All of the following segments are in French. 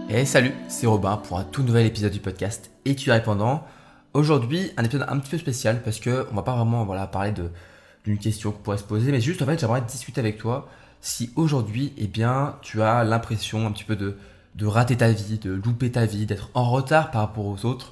Et salut, c'est Robin pour un tout nouvel épisode du podcast Es-tu répondant. Aujourd'hui, un épisode un petit peu spécial parce que on va pas vraiment parler d'une question qu'on pourrait se poser, mais juste en fait j'aimerais discuter avec toi si aujourd'hui tu as l'impression un petit peu de rater ta vie, de louper ta vie, d'être en retard par rapport aux autres,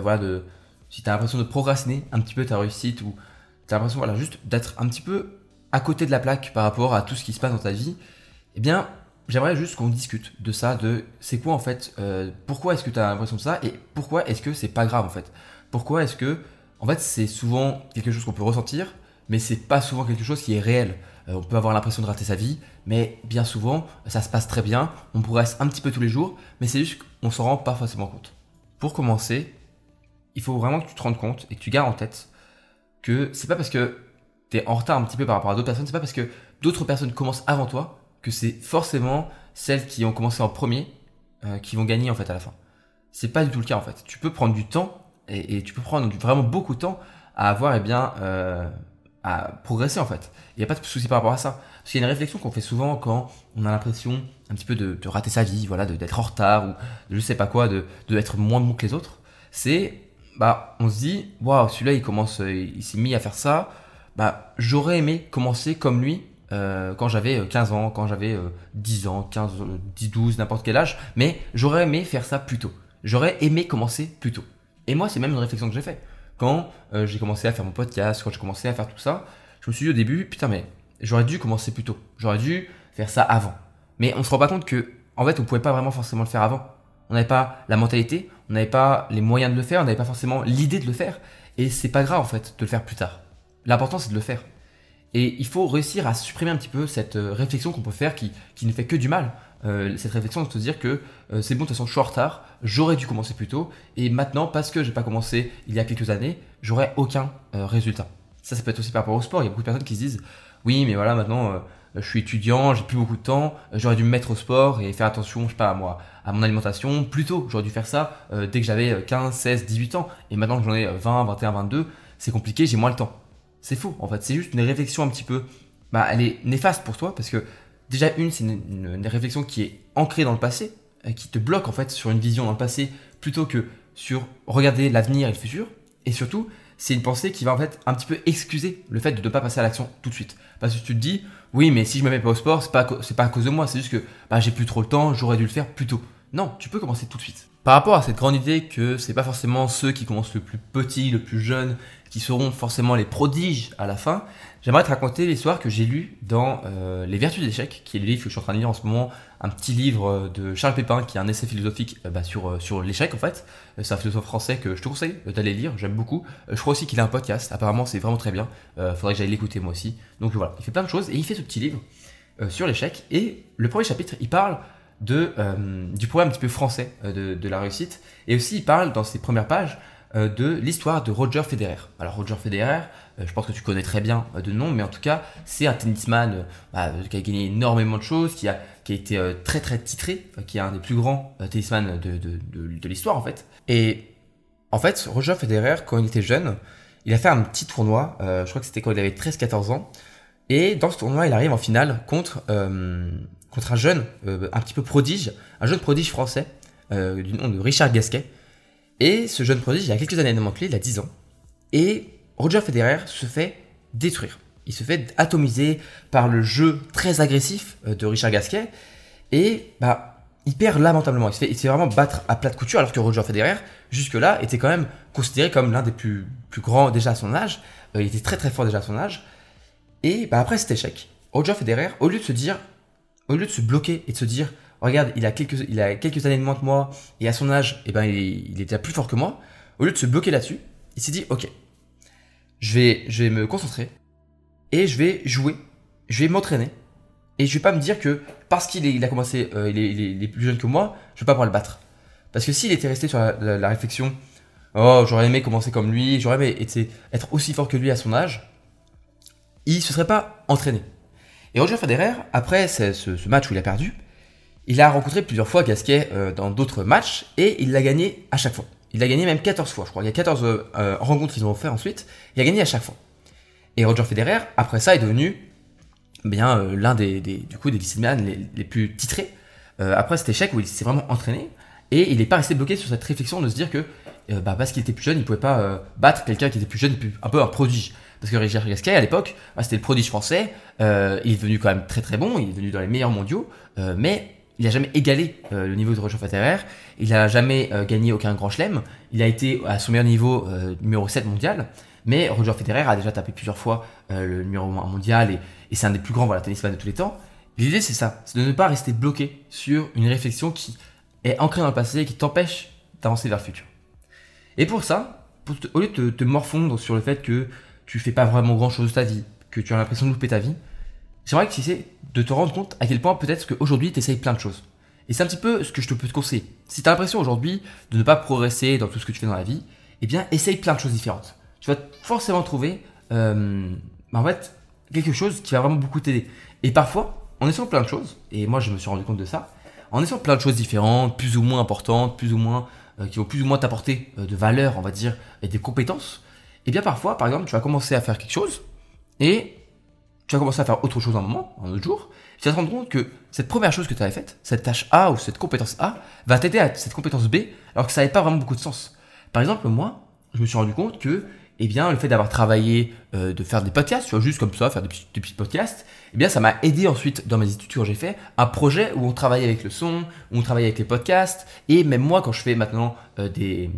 si tu as l'impression de procrastiner un petit peu ta réussite ou tu as l'impression juste d'être un petit peu à côté de la plaque par rapport à tout ce qui se passe dans ta vie, j'aimerais juste qu'on discute de ça, de c'est quoi en fait, pourquoi est-ce que tu as l'impression de ça et pourquoi est-ce que c'est pas grave en fait. Pourquoi est-ce que, en fait, c'est souvent quelque chose qu'on peut ressentir, mais c'est pas souvent quelque chose qui est réel. On peut avoir l'impression de rater sa vie, mais bien souvent, ça se passe très bien, on progresse un petit peu tous les jours, mais c'est juste qu'on s'en rend pas forcément compte. Pour commencer, il faut vraiment que tu te rendes compte et que tu gardes en tête que c'est pas parce que tu es en retard un petit peu par rapport à d'autres personnes, c'est pas parce que d'autres personnes commencent avant toi que c'est forcément celles qui ont commencé en premier qui vont gagner en fait à la fin. C'est pas du tout le cas en fait. Tu peux prendre du temps et tu peux prendre vraiment beaucoup de temps à avoir à progresser en fait. Il n'y a pas de souci par rapport à ça. Parce qu'il y a une réflexion qu'on fait souvent quand on a l'impression un petit peu de rater sa vie, d'être en retard ou de je sais pas quoi, de être moins bon que les autres. C'est on se dit waouh, celui-là il s'est mis à faire ça. J'aurais aimé commencer comme lui quand j'avais 15 ans, quand j'avais 10 ans, 15, 10, 12, n'importe quel âge, mais j'aurais aimé faire ça plus tôt. J'aurais aimé commencer plus tôt. Et moi, c'est même une réflexion que j'ai fait. Quand j'ai commencé à faire mon podcast, quand j'ai commencé à faire tout ça, je me suis dit au début, putain, mais j'aurais dû commencer plus tôt. J'aurais dû faire ça avant. Mais on se rend pas compte que, en fait, on pouvait pas vraiment forcément le faire avant. On n'avait pas la mentalité, on n'avait pas les moyens de le faire, on n'avait pas forcément l'idée de le faire. Et c'est pas grave, en fait, de le faire plus tard. L'important, c'est de le faire. Et il faut réussir à supprimer un petit peu cette réflexion qu'on peut faire qui ne fait que du mal. Cette réflexion de se dire que c'est bon, de toute façon, je suis en retard, j'aurais dû commencer plus tôt, et maintenant, parce que j'ai pas commencé il y a quelques années, j'aurai aucun résultat. Ça peut être aussi par rapport au sport. Il y a beaucoup de personnes qui se disent oui, mais voilà, maintenant, je suis étudiant, j'ai plus beaucoup de temps, j'aurais dû me mettre au sport et faire attention, je sais pas, à mon alimentation plus tôt. J'aurais dû faire ça dès que j'avais 15, 16, 18 ans, et maintenant que j'en ai 20, 21, 22, c'est compliqué, j'ai moins le temps. C'est faux, en fait. C'est juste une réflexion un petit peu. Elle est néfaste pour toi parce que déjà, c'est une réflexion qui est ancrée dans le passé, qui te bloque en fait sur une vision dans le passé plutôt que sur regarder l'avenir et le futur. Et surtout, c'est une pensée qui va en fait un petit peu excuser le fait de ne pas passer à l'action tout de suite. Parce que tu te dis, oui, mais si je me mets pas au sport, c'est pas à cause de moi, c'est juste que j'ai plus trop le temps, j'aurais dû le faire plus tôt. Non, tu peux commencer tout de suite. Par rapport à cette grande idée que c'est pas forcément ceux qui commencent le plus petit, le plus jeune, qui seront forcément les prodiges à la fin, j'aimerais te raconter l'histoire que j'ai lue dans Les Vertus de l'échec, qui est le livre que je suis en train de lire en ce moment, un petit livre de Charles Pépin, qui est un essai philosophique sur l'échec en fait. C'est un philosophe français que je te conseille d'aller lire, j'aime beaucoup. Je crois aussi qu'il a un podcast, apparemment c'est vraiment très bien, faudrait que j'aille l'écouter moi aussi. Donc voilà, il fait plein de choses et il fait ce petit livre sur l'échec. Et le premier chapitre, il parle du problème un petit peu français de la réussite. Et aussi, il parle dans ses premières pages de l'histoire de Roger Federer. Alors Roger Federer, je pense que tu connais très bien de nom, mais en tout cas, c'est un tennisman qui a gagné énormément de choses, qui a été très très titré, qui est un des plus grands tennisman de l'histoire en fait. Et en fait, Roger Federer, quand il était jeune, il a fait un petit tournoi, je crois que c'était quand il avait 13-14 ans, et dans ce tournoi, il arrive en finale contre un jeune un petit peu prodige, un jeune prodige français du nom de Richard Gasquet. Et ce jeune prodige, il a quelques années de manquer, il a 10 ans. Et Roger Federer se fait détruire. Il se fait atomiser par le jeu très agressif de Richard Gasquet. Et il perd lamentablement. Il se fait vraiment battre à plat de couture, alors que Roger Federer, jusque-là, était quand même considéré comme l'un des plus grands déjà à son âge. Il était très très fort déjà à son âge. Et après cet échec, Roger Federer, au lieu de se bloquer et de se dire regarde, il a quelques années de moins que moi et à son âge, il est déjà plus fort que moi. Au lieu de se bloquer là-dessus, il s'est dit ok, je vais me concentrer et je vais jouer, je vais m'entraîner et je vais pas me dire que parce qu'il a commencé, il est plus jeune que moi, je vais pas pouvoir le battre. Parce que s'il était resté sur la réflexion, oh j'aurais aimé commencer comme lui, j'aurais aimé être aussi fort que lui à son âge, il se serait pas entraîné. Et Roger Federer, après ce match où il a perdu, il a rencontré plusieurs fois Gasquet dans d'autres matchs et il l'a gagné à chaque fois. Il l'a gagné même 14 fois, je crois. Il y a 14 rencontres qu'ils ont fait ensuite. Il a gagné à chaque fois. Et Roger Federer, après ça, est devenu l'un des disciplinariens les plus titrés. Après cet échec où il s'est vraiment entraîné, Et il n'est pas resté bloqué sur cette réflexion de se dire que parce qu'il était plus jeune, il ne pouvait pas battre quelqu'un qui était plus jeune, un peu un prodige. Parce que Richard Gasquet, à l'époque, c'était le prodige français. Il est devenu quand même très très bon, il est devenu dans les meilleurs mondiaux, mais il n'a jamais égalé le niveau de Roger Federer. Il n'a jamais gagné aucun grand chelem. Il a été à son meilleur niveau numéro 7 mondial. Mais Roger Federer a déjà tapé plusieurs fois le numéro 1 mondial et c'est un des plus grands tennisman de tous les temps. L'idée, c'est ça, c'est de ne pas rester bloqué sur une réflexion qui est ancrée dans le passé et qui t'empêche d'avancer vers le futur. Et pour ça, au lieu de te morfondre sur le fait que tu fais pas vraiment grand chose de ta vie, que tu as l'impression de louper ta vie, j'aimerais que tu essaies de te rendre compte à quel point peut-être qu'aujourd'hui tu essayes plein de choses. Et c'est un petit peu ce que je te peux te conseiller. Si tu as l'impression aujourd'hui de ne pas progresser dans tout ce que tu fais dans la vie, eh bien essaye plein de choses différentes. Tu vas forcément trouver en fait quelque chose qui va vraiment beaucoup t'aider. Et parfois, en essayant plein de choses, et moi je me suis rendu compte de ça, en essayant plein de choses différentes, plus ou moins importantes, plus ou moins qui vont plus ou moins t'apporter de valeur, on va dire, et des compétences, et bien parfois, par exemple, tu vas commencer à faire quelque chose et tu vas commencer à faire autre chose un moment, un autre jour, et tu vas te rendre compte que cette première chose que tu avais faite, cette tâche A ou cette compétence A, va t'aider à cette compétence B, alors que ça n'avait pas vraiment beaucoup de sens. Par exemple, moi, je me suis rendu compte que eh bien, le fait d'avoir travaillé, de faire des podcasts, tu vois, juste comme ça, faire des petits podcasts, eh bien, ça m'a aidé ensuite dans mes études quand j'ai fait un projet où on travaillait avec le son, où on travaillait avec les podcasts, et même moi, quand je fais maintenant j'ai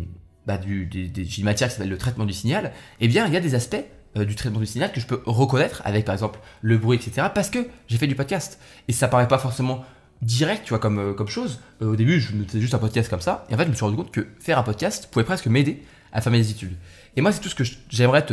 une matière qui s'appelle le traitement du signal, eh bien, il y a des aspects du traitement du signal que je peux reconnaître avec, par exemple, le bruit, etc., parce que j'ai fait du podcast. Et ça paraît pas forcément direct, tu vois, comme chose. Au début, je faisais juste un podcast comme ça, et en fait, je me suis rendu compte que faire un podcast pouvait presque m'aider à faire mes études. Et moi, c'est tout ce que j'aimerais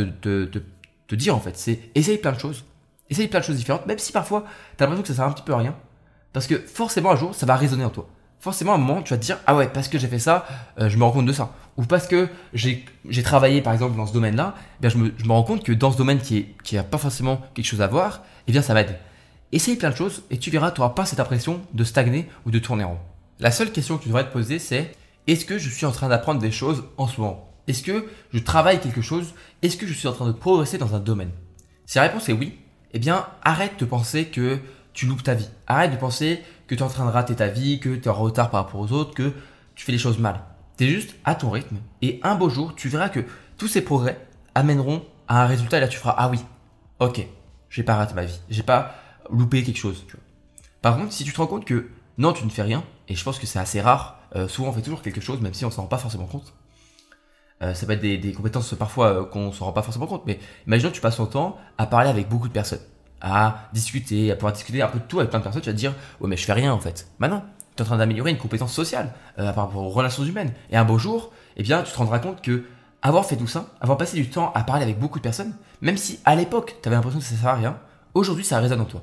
te dire en fait, c'est essaye plein de choses. Essaye plein de choses différentes, même si parfois, tu as l'impression que ça sert un petit peu à rien. Parce que forcément, un jour, ça va résonner en toi. Forcément, à un moment, tu vas te dire, ah ouais, parce que j'ai fait ça, je me rends compte de ça. Ou parce que j'ai travaillé, par exemple, dans ce domaine-là, eh bien, je me rends compte que dans ce domaine qui a pas forcément quelque chose à voir, eh bien, ça m'aide. Essaye plein de choses et tu verras, tu n'auras pas cette impression de stagner ou de tourner en rond. La seule question que tu devrais te poser, c'est est-ce que je suis en train d'apprendre des choses en ce moment ? Est-ce que je travaille quelque chose ? Est-ce que je suis en train de progresser dans un domaine ? Si la réponse est oui, eh bien arrête de penser que tu loupes ta vie. Arrête de penser que tu es en train de rater ta vie, que tu es en retard par rapport aux autres, que tu fais les choses mal. Tu es juste à ton rythme et un beau jour, tu verras que tous ces progrès amèneront à un résultat et là tu feras ah oui, ok, j'ai pas raté ma vie, j'ai pas loupé quelque chose. Tu vois. Par contre, si tu te rends compte que non, tu ne fais rien, et je pense que c'est assez rare, souvent on fait toujours quelque chose même si on s'en rend pas forcément compte. Ça peut être des compétences parfois qu'on ne s'en rend pas forcément compte, mais imaginons que tu passes ton temps à parler avec beaucoup de personnes, à discuter, à pouvoir discuter un peu de tout avec plein de personnes, tu vas te dire ouais mais je fais rien en fait. Bah non, tu es en train d'améliorer une compétence sociale par rapport aux relations humaines. Et un beau jour, eh bien tu te rendras compte que avoir fait tout ça, avoir passé du temps à parler avec beaucoup de personnes, même si à l'époque tu avais l'impression que ça ne servait à rien, aujourd'hui ça résonne en toi.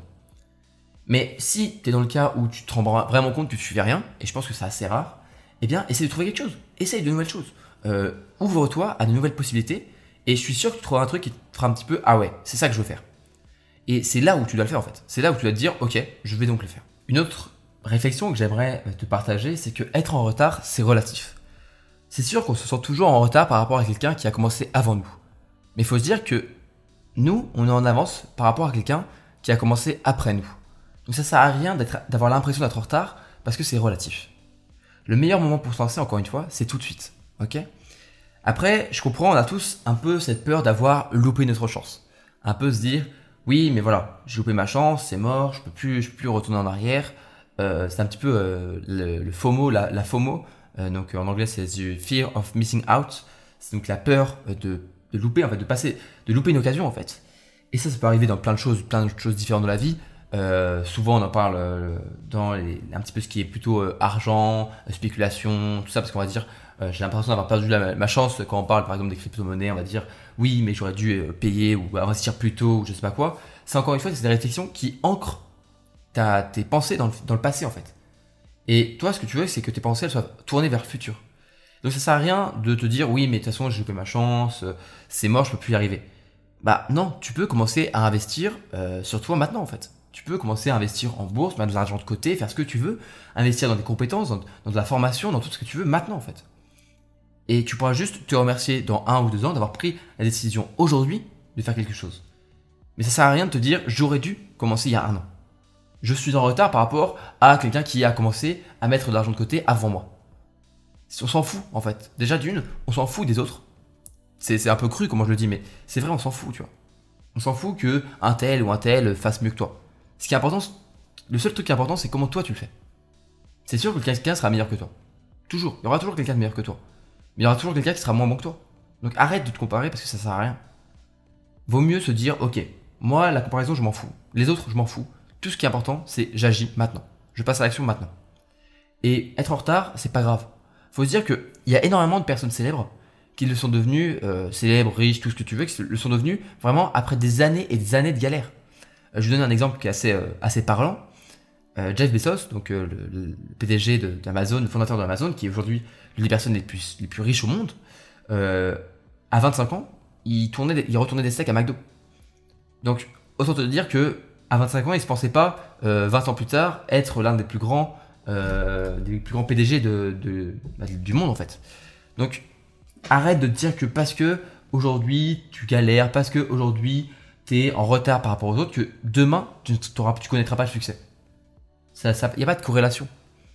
Mais si tu es dans le cas où tu te rends vraiment compte que tu fais rien, et je pense que c'est assez rare, eh bien essaye de trouver quelque chose, essaye de nouvelles choses. Ouvre-toi à de nouvelles possibilités et je suis sûr que tu trouveras un truc qui te fera un petit peu ah ouais, c'est ça que je veux faire. Et c'est là où tu dois le faire en fait. C'est là où tu dois te dire ok, je vais donc le faire. Une autre réflexion que j'aimerais te partager, c'est que être en retard, c'est relatif. C'est sûr qu'on se sent toujours en retard par rapport à quelqu'un qui a commencé avant nous. Mais il faut se dire que nous, on est en avance par rapport à quelqu'un qui a commencé après nous. Donc ça sert à rien d'avoir l'impression d'être en retard parce que c'est relatif. Le meilleur moment pour se lancer, encore une fois, c'est tout de suite. Ok ? Après, je comprends, on a tous un peu cette peur d'avoir loupé notre chance. Un peu se dire, oui, mais voilà, j'ai loupé ma chance, c'est mort, je peux plus retourner en arrière. C'est un petit peu le FOMO, la FOMO. Donc en anglais, c'est the fear of missing out. C'est donc la peur de louper, en fait, de louper une occasion, en fait. Et ça peut arriver dans plein de choses différentes de la vie. Souvent, on en parle dans un petit peu ce qui est plutôt argent, spéculation, tout ça, parce qu'on va dire j'ai l'impression d'avoir perdu ma chance quand on parle par exemple des crypto-monnaies, on va dire oui mais j'aurais dû payer ou investir plus tôt ou je sais pas quoi. C'est encore une fois, c'est des réflexions qui ancrent tes pensées dans le passé en fait. Et toi ce que tu veux c'est que tes pensées elles soient tournées vers le futur. Donc ça sert à rien de te dire oui mais de toute façon j'ai loupé ma chance, c'est mort, je peux plus y arriver. Bah non, tu peux commencer à investir sur toi maintenant en fait. Tu peux commencer à investir en bourse, mettre de l'argent de côté, faire ce que tu veux, investir dans des compétences, dans de la formation, dans tout ce que tu veux maintenant en fait. Et tu pourras juste te remercier dans 1 ou 2 ans d'avoir pris la décision aujourd'hui de faire quelque chose. Mais ça sert à rien de te dire j'aurais dû commencer il y a 1 an. Je suis en retard par rapport à quelqu'un qui a commencé à mettre de l'argent de côté avant moi. On s'en fout en fait. Déjà d'une, on s'en fout des autres. C'est un peu cru comment je le dis, mais c'est vrai, on s'en fout, tu vois. On s'en fout que un tel ou un tel fasse mieux que toi. Ce qui est important, le seul truc qui est important, c'est comment toi tu le fais. C'est sûr que quelqu'un sera meilleur que toi. Toujours. Il y aura toujours quelqu'un de meilleur que toi. Mais il y aura toujours quelqu'un qui sera moins bon que toi. Donc arrête de te comparer parce que ça sert à rien. Vaut mieux se dire, ok, moi la comparaison je m'en fous. Les autres je m'en fous. Tout ce qui est important, c'est j'agis maintenant. Je passe à l'action maintenant. Et être en retard, c'est pas grave. Faut se dire qu'il y a énormément de personnes célèbres qui le sont devenues célèbres, riches, tout ce que tu veux, qui le sont devenus vraiment après des années et des années de galère. Je vous donne un exemple qui est assez parlant. Jeff Bezos, donc le PDG d'Amazon, le fondateur d'Amazon, qui est aujourd'hui l'une des personnes les plus riches au monde, à 25 ans, il retournait des steaks à McDo. Donc, autant te dire que à 25 ans, il ne se pensait pas, 20 ans plus tard, être l'un des plus grands PDG du monde en fait. Donc, arrête de te dire que parce que aujourd'hui tu galères, parce que aujourd'hui tu es en retard par rapport aux autres, que demain tu connaîtras pas le succès. Il n'y a pas de corrélation.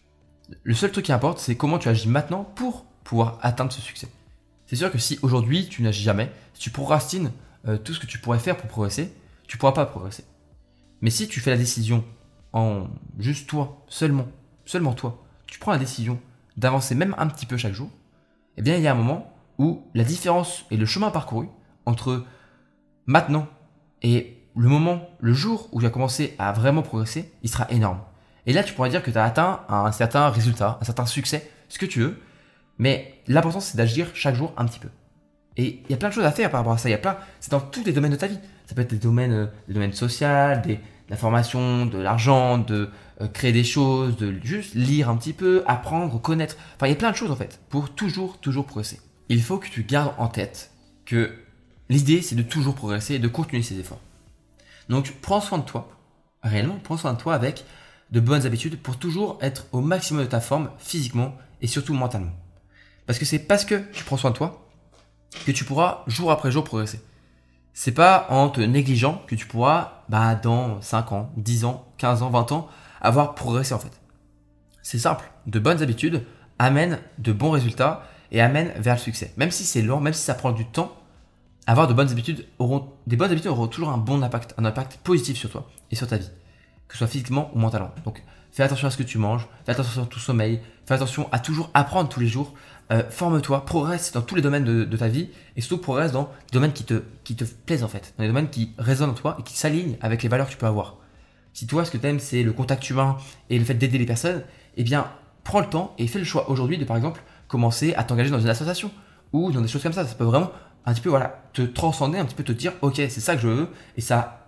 Le seul truc qui importe, c'est comment tu agis maintenant pour pouvoir atteindre ce succès. C'est sûr que si aujourd'hui tu n'agis jamais, si tu procrastines tout ce que tu pourrais faire pour progresser, tu ne pourras pas progresser. Mais si tu fais la décision en juste toi, seulement toi, tu prends la décision d'avancer même un petit peu chaque jour, eh bien il y a un moment où la différence et le chemin parcouru entre maintenant et le jour où tu as commencé à vraiment progresser, il sera énorme. Et là, tu pourrais dire que tu as atteint un certain résultat, un certain succès, ce que tu veux. Mais l'important, c'est d'agir chaque jour un petit peu. Et il y a plein de choses à faire par rapport à ça. C'est dans tous les domaines de ta vie. Ça peut être des domaines sociaux, de la formation, de l'argent, de créer des choses, de juste lire un petit peu, apprendre, connaître. Enfin, il y a plein de choses en fait pour toujours progresser. Il faut que tu gardes en tête que l'idée, c'est de toujours progresser et de continuer ses efforts. Donc, prends soin de toi. Réellement, prends soin de toi avec de bonnes habitudes pour toujours être au maximum de ta forme physiquement et surtout mentalement. Parce que c'est parce que tu prends soin de toi que tu pourras jour après jour progresser. C'est pas en te négligeant que tu pourras, dans 5 ans, 10 ans, 15 ans, 20 ans, avoir progressé en fait. C'est simple. De bonnes habitudes amènent de bons résultats et amènent vers le succès. Même si c'est lent, même si ça prend du temps, avoir des bonnes habitudes auront toujours un impact positif sur toi et sur ta vie, que ce soit physiquement ou mentalement. Donc, fais attention à ce que tu manges, fais attention à ton sommeil, fais attention à toujours apprendre tous les jours, forme-toi, progresse dans tous les domaines de ta vie et surtout progresse dans des domaines qui te plaisent en fait, dans les domaines qui résonnent en toi et qui s'alignent avec les valeurs que tu peux avoir. Si toi, ce que tu aimes, c'est le contact humain et le fait d'aider les personnes, eh bien, prends le temps et fais le choix aujourd'hui de, par exemple, commencer à t'engager dans une association ou dans des choses comme ça. Ça peut vraiment un petit peu te transcender, un petit peu te dire ok, c'est ça que je veux et ça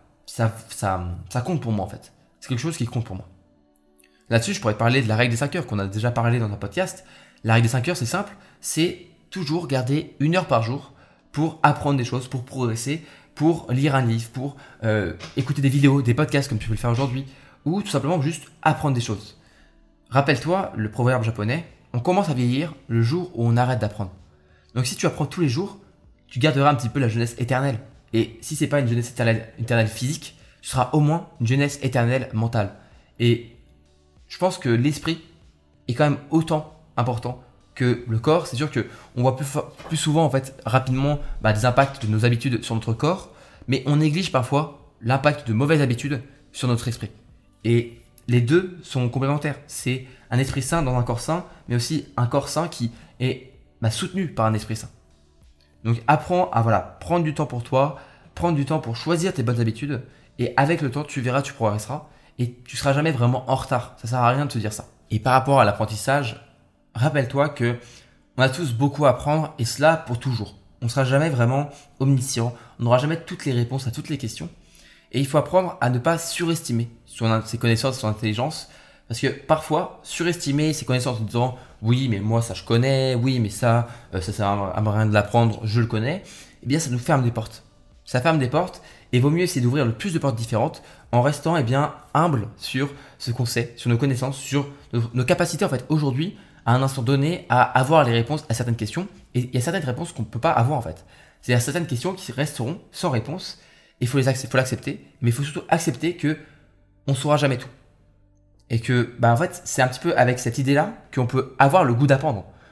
compte pour moi en fait. C'est quelque chose qui compte pour moi. Là-dessus, je pourrais te parler de la règle des 5 heures qu'on a déjà parlé dans un podcast. La règle des 5 heures, c'est simple, c'est toujours garder 1 heure par jour pour apprendre des choses, pour progresser, pour lire un livre, pour écouter des vidéos, des podcasts comme tu peux le faire aujourd'hui, ou tout simplement juste apprendre des choses. Rappelle-toi le proverbe japonais, on commence à vieillir le jour où on arrête d'apprendre. Donc si tu apprends tous les jours, tu garderas un petit peu la jeunesse éternelle. Et si c'est pas une jeunesse éternelle physique, ce sera au moins une jeunesse éternelle mentale. Et je pense que l'esprit est quand même autant important que le corps. C'est sûr qu'on voit plus souvent en fait rapidement des impacts de nos habitudes sur notre corps, mais on néglige parfois l'impact de mauvaises habitudes sur notre esprit. Et les deux sont complémentaires. C'est un esprit sain dans un corps sain, mais aussi un corps sain qui est soutenu par un esprit sain. Donc apprends à prendre du temps pour toi, prendre du temps pour choisir tes bonnes habitudes, et avec le temps, tu verras, tu progresseras, et tu seras jamais vraiment en retard. Ça sert à rien de te dire ça. Et par rapport à l'apprentissage, rappelle-toi que on a tous beaucoup à apprendre, et cela pour toujours. On ne sera jamais vraiment omniscient, on n'aura jamais toutes les réponses à toutes les questions, et il faut apprendre à ne pas surestimer ses connaissances, son intelligence, parce que parfois, surestimer ses connaissances en disant « oui, mais moi ça je connais, oui, mais ça sert à rien de l'apprendre, je le connais », eh bien ça nous ferme des portes. Ça ferme des portes, et vaut mieux essayer d'ouvrir le plus de portes différentes en restant humble sur ce qu'on sait, sur nos connaissances, sur nos capacités en fait aujourd'hui, à un instant donné, à avoir les réponses à certaines questions. Et il y a certaines réponses qu'on ne peut pas avoir en fait. C'est-à-dire certaines questions qui resteront sans réponse, et il faut l'accepter, mais il faut surtout accepter qu'on ne saura jamais tout. Et que, en fait, c'est un petit peu avec cette idée-là qu'on peut avoir le goût d'apprendre.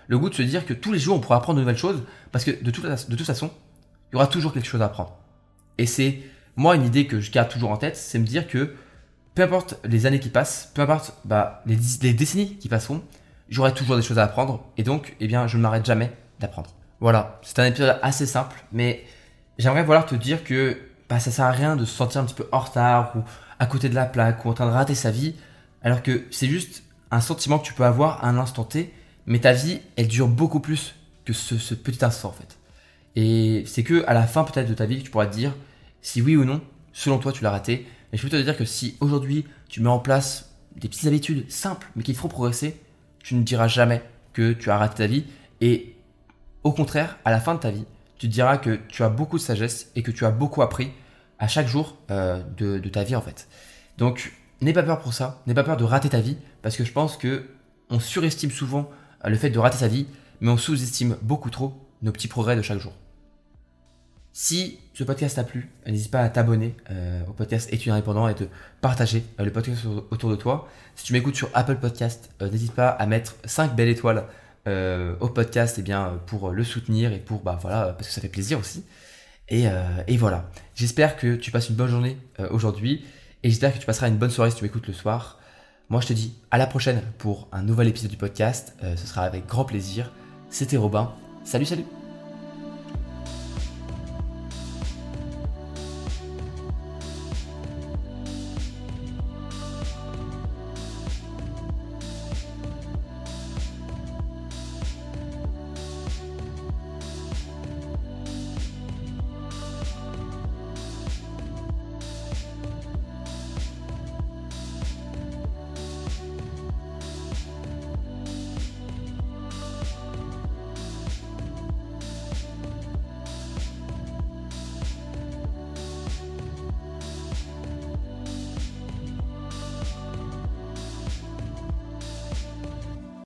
Le goût de se dire que tous les jours, on pourra apprendre de nouvelles choses parce que de toute façon, il y aura toujours quelque chose à apprendre. Et c'est, moi, une idée que je garde toujours en tête, c'est me dire que peu importe les années qui passent, peu importe les décennies qui passeront, j'aurai toujours des choses à apprendre et donc, eh bien, je ne m'arrête jamais d'apprendre. Voilà, c'est un épisode assez simple, mais j'aimerais te dire que ça sert à rien de se sentir un petit peu en retard ou à côté de la plaque ou en train de rater sa vie, alors que c'est juste un sentiment que tu peux avoir à un instant T, mais ta vie, elle dure beaucoup plus que ce petit instant en fait. Et c'est que à la fin peut-être de ta vie que tu pourras te dire si oui ou non, selon toi, tu l'as raté. Mais je peux te dire que si aujourd'hui tu mets en place des petites habitudes simples mais qui te feront progresser, tu ne diras jamais que tu as raté ta vie. Et au contraire, à la fin de ta vie, tu te diras que tu as beaucoup de sagesse et que tu as beaucoup appris à chaque jour de ta vie en fait. Donc, n'aie pas peur pour ça, n'aie pas peur de rater ta vie parce que je pense que on surestime souvent le fait de rater sa vie, mais on sous-estime beaucoup trop nos petits progrès de chaque jour. Si ce podcast t'a plu, n'hésite pas à t'abonner au podcast Étudiant Indépendant et de partager le podcast autour de toi. Si tu m'écoutes sur Apple Podcast, n'hésite pas à mettre 5 belles étoiles au podcast pour le soutenir et parce que ça fait plaisir aussi. Et voilà, j'espère que tu passes une bonne journée aujourd'hui et j'espère que tu passeras une bonne soirée si tu m'écoutes le soir. Moi je te dis à la prochaine pour un nouvel épisode du podcast, ce sera avec grand plaisir. C'était Robin, salut.